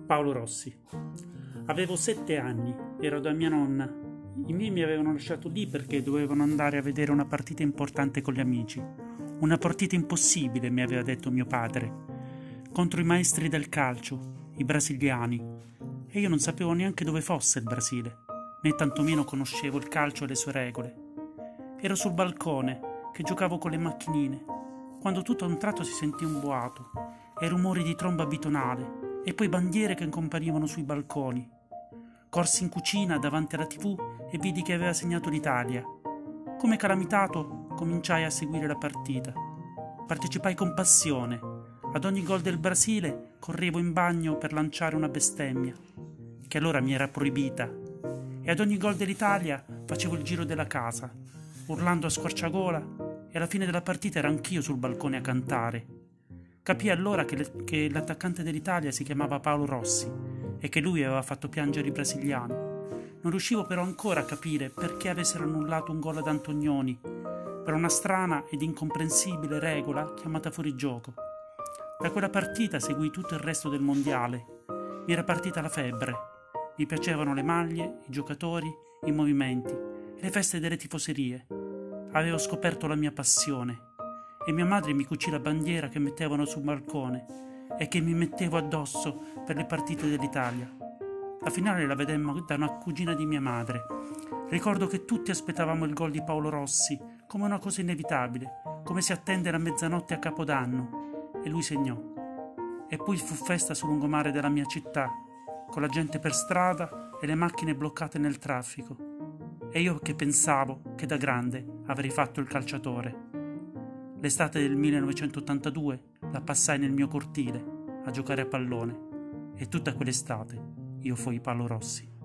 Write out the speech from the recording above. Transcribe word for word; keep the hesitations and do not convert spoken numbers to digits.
Paolo Rossi. Avevo sette anni, ero da mia nonna. I miei mi avevano lasciato lì perché dovevano andare a vedere una partita importante con gli amici. Una partita impossibile, mi aveva detto mio padre, contro i maestri del calcio, i brasiliani. E io non sapevo neanche dove fosse il Brasile, né tantomeno conoscevo il calcio e le sue regole. Ero sul balcone, che giocavo con le macchinine, quando tutto a un tratto si sentì un boato e rumori di tromba bitonale e poi bandiere che comparivano sui balconi. Corsi in cucina davanti alla tivù e vidi che aveva segnato l'Italia. Come calamitato cominciai a seguire la partita. Partecipai con passione. Ad ogni gol del Brasile correvo in bagno per lanciare una bestemmia, che allora mi era proibita, e ad ogni gol dell'Italia facevo il giro della casa, urlando a squarciagola, e alla fine della partita ero anch'io sul balcone a cantare. Capii allora che, le, che l'attaccante dell'Italia si chiamava Paolo Rossi e che lui aveva fatto piangere i brasiliani. Non riuscivo però ancora a capire perché avessero annullato un gol ad Antonioni, per una strana ed incomprensibile regola chiamata fuorigioco. Da quella partita seguì tutto il resto del mondiale. Mi era partita la febbre. Mi piacevano le maglie, i giocatori, i movimenti e le feste delle tifoserie. Avevo scoperto la mia passione e mia madre mi cucì la bandiera che mettevano sul balcone e che mi mettevo addosso per le partite dell'Italia. La finale la vedemmo da una cugina di mia madre. Ricordo che tutti aspettavamo il gol di Paolo Rossi come una cosa inevitabile, come si attende la mezzanotte a Capodanno, e lui segnò. E poi fu festa sul lungomare della mia città, con la gente per strada e le macchine bloccate nel traffico. E io che pensavo che da grande avrei fatto il calciatore. L'estate del millenovecentottantadue la passai nel mio cortile a giocare a pallone e tutta quell'estate io fui Paolo Rossi.